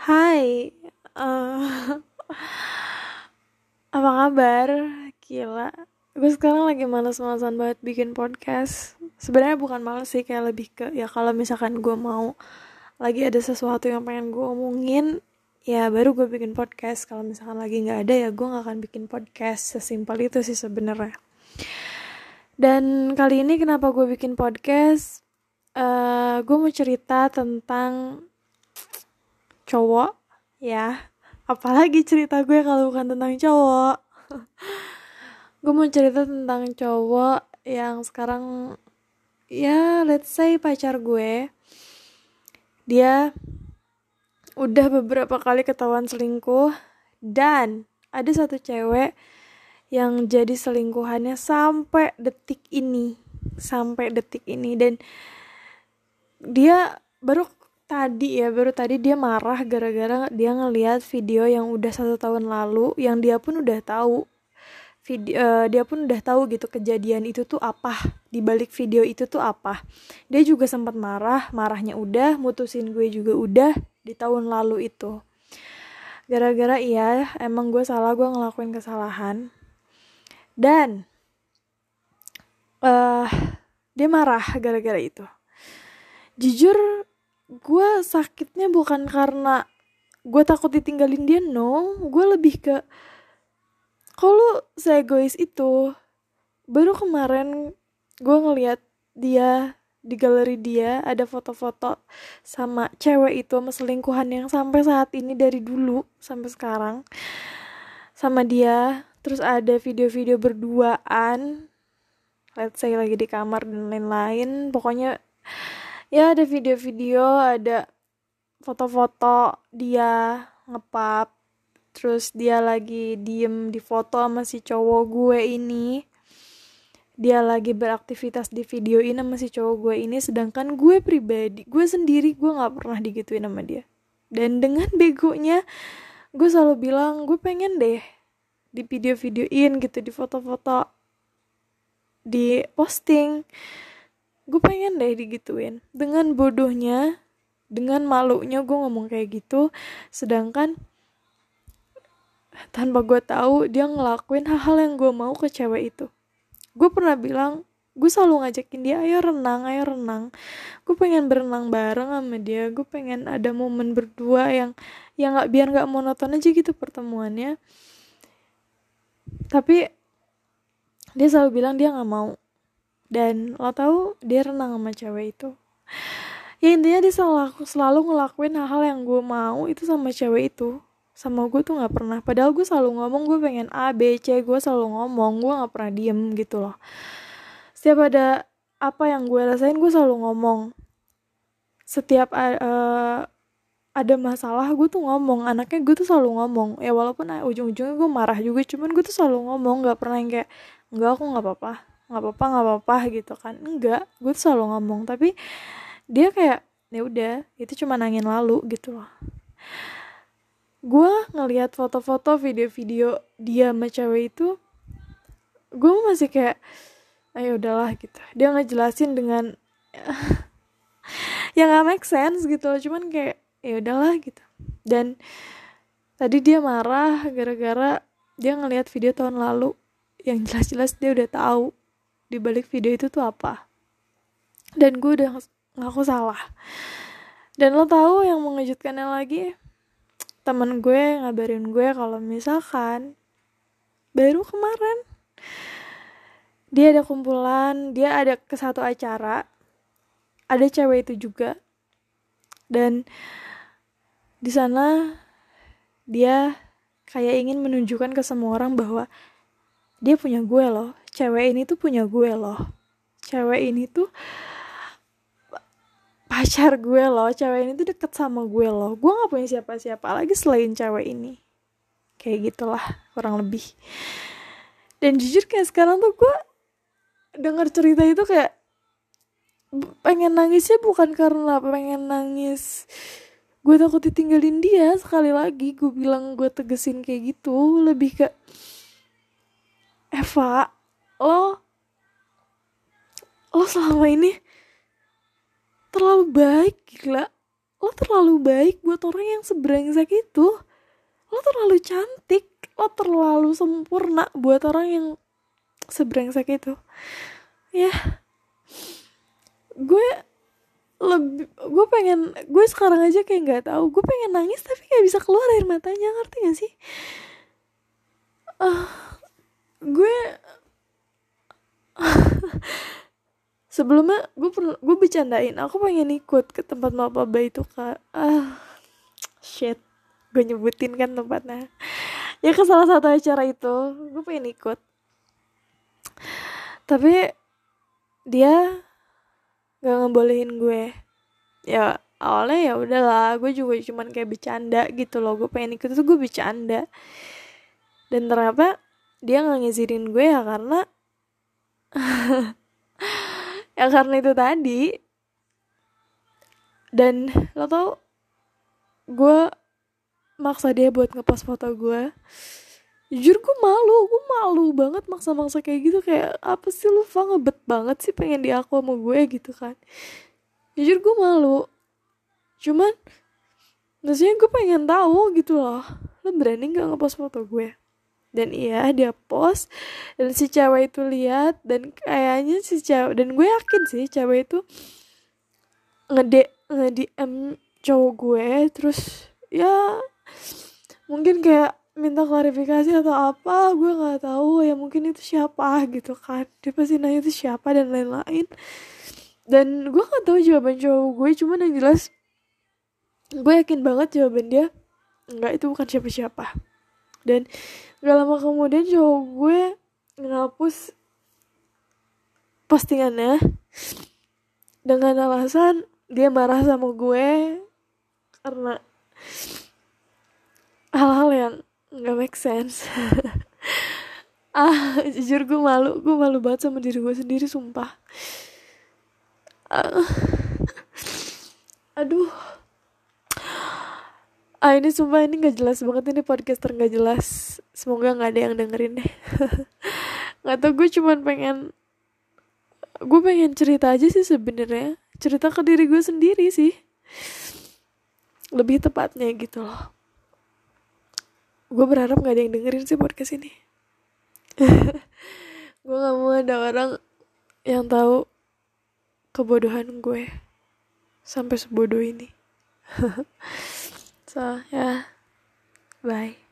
Hai, eh, apa kabar? Gila, gue sekarang lagi males-malesan banget bikin podcast. Sebenarnya bukan males sih, kayak lebih ke ya kalau misalkan gue mau lagi ada sesuatu yang pengen gue omongin, ya baru gue bikin podcast. Kalau misalkan lagi nggak ada ya gue nggak akan bikin podcast. Sesimpel itu sih sebenarnya. Dan kali ini kenapa gue bikin podcast? Gue mau cerita tentang cowok, ya. Apalagi cerita gue kalau bukan tentang cowok. Gue mau cerita tentang cowok yang sekarang, ya let's say pacar gue. Dia udah beberapa kali ketahuan selingkuh. Dan ada satu cewek yang jadi selingkuhannya sampai detik ini. Dan dia baru tadi dia marah gara-gara dia ngelihat video yang udah 1 tahun lalu, yang dia pun udah tahu gitu kejadian itu tuh apa, di balik video itu tuh apa. Dia juga sempat marahnya udah, mutusin gue juga udah di tahun lalu itu. Gara-gara iya, emang gue salah, gue ngelakuin kesalahan. Dan dia marah gara-gara itu. Jujur, gue sakitnya bukan karena gue takut ditinggalin dia, no. Gue lebih ke, kalau seegois itu. Baru kemarin gue ngeliat dia di galeri dia ada foto-foto sama cewek itu, sama selingkuhan yang sampai saat ini dari dulu sampai sekarang sama dia. Terus ada video-video berduaan, let's say lagi di kamar dan lain-lain. Pokoknya ya ada video-video, ada foto-foto dia ngepap, terus dia lagi diem di foto sama si cowok gue ini. Dia lagi beraktivitas di videoin sama si cowok gue ini, sedangkan gue pribadi, gue sendiri, gue gak pernah digituin sama dia. Dan dengan begonya gue selalu bilang gue pengen deh di video-videoin gitu, di foto-foto, di posting. Gue pengen deh digituin. Dengan bodohnya, dengan malunya gue ngomong kayak gitu, sedangkan tanpa gue tahu dia ngelakuin hal-hal yang gue mau ke cewek itu. Gue pernah bilang, gue selalu ngajakin dia, ayo renang. Gue pengen berenang bareng sama dia. Gue pengen ada momen berdua yang nggak, biar nggak monoton aja gitu pertemuannya. Tapi dia selalu bilang dia nggak mau. Dan lo tahu dia renang sama cewek itu. Ya intinya dia selalu ngelakuin hal-hal yang gue mau itu sama cewek itu. Sama gue tuh nggak pernah. Padahal gue selalu ngomong gue pengen A, B, C. Gue selalu ngomong, gue nggak pernah diem gitu loh. Setiap ada apa yang gue rasain, gue selalu ngomong. Setiap ada masalah, gue tuh ngomong. Anaknya gue tuh selalu ngomong. Ya walaupun ujung-ujungnya gue marah juga, cuman gue tuh selalu ngomong. Gak pernah yang kayak, enggak, aku gak apa-apa gitu kan. Enggak, gue tuh selalu ngomong. Tapi dia kayak, ya udah, itu cuma angin lalu gitu loh. Gue ngelihat foto-foto, video-video dia sama cewek itu, gue masih kayak, ayo udahlah gitu. Dia ngejelasin dengan ya nggak make sense gitu loh, cuman kayak ya udahlah gitu. Dan tadi dia marah gara-gara dia ngelihat video tahun lalu yang jelas-jelas dia udah tahu di balik video itu tuh apa. Dan gue udah ngaku salah. Dan lo tahu yang mengejutkannya lagi, temen gue ngabarin gue kalau misalkan baru kemarin dia ada kumpulan, dia ada ke satu acara, ada cewek itu juga, dan di sana dia kayak ingin menunjukkan ke semua orang bahwa dia punya gue loh, cewek ini tuh punya gue loh, cewek ini tuh pacar gue loh, cewek ini tuh deket sama gue loh, gue nggak punya siapa-siapa lagi selain cewek ini. Kayak gitulah kurang lebih. Dan jujur kayak sekarang tuh gue denger cerita itu kayak pengen nangisnya bukan karena pengen nangis gue takut ditinggalin dia, sekali lagi gue bilang, gue tegesin kayak gitu, lebih ke Eva, lo selama ini terlalu baik, gila. lo terlalu baik buat orang yang sebrengsek itu. Lo terlalu cantik, lo terlalu sempurna buat orang yang sebrengsek itu. Ya, gue sekarang aja kayak nggak tahu, gue pengen nangis tapi nggak bisa keluar air matanya, ngerti gak sih? Gue sebelumnya gue bercandain aku pengen ikut ke tempat maba itu, kak. Shit, gue nyebutin kan tempatnya. Ya ke salah satu acara itu gue pengen ikut, tapi dia gak ngebolehin gue. Ya awalnya ya udahlah, gue juga cuman kayak bercanda gitu loh, gue pengen ikut itu gue bercanda. Dan ternyata dia gak ngizinin gue ya karena ya karena itu tadi. Dan lo tau, gue maksa dia buat ngepost foto gue. Jujur gue malu banget maksa-maksa kayak gitu. Kayak apa sih lu, ngebet banget sih pengen diaku sama gue gitu kan. Jujur gue malu, cuman maksudnya gue pengen tahu gitu loh, lo berani gak ngepost foto gue? Dan iya, dia post, dan si cewek itu lihat, dan kayaknya si cewek, dan gue yakin sih cewek itu nge-DM cowok gue, terus ya mungkin kayak minta klarifikasi atau apa, gue nggak tahu ya, mungkin itu siapa gitu kan, dia pasti nanya itu siapa dan lain-lain. Dan gue nggak tahu jawaban cowok gue, cuman yang jelas gue yakin banget jawaban dia enggak, itu bukan siapa-siapa. Dan gak lama kemudian cowok gue ngapus postingannya dengan alasan dia marah sama gue karena hal-hal yang gak make sense. Jujur gue malu banget sama diri gue sendiri, sumpah. Aduh, ini sumpah, ini gak jelas banget, ini podcaster gak jelas. Semoga gak ada yang dengerin deh. Gak tau, gue pengen cerita aja sih sebenarnya, cerita ke diri gue sendiri sih, lebih tepatnya gitu loh. Gue berharap gak ada yang dengerin sih podcast ini. Gue gak mau ada orang yang tahu kebodohan gue sampai sebodoh ini. So, ya, bye.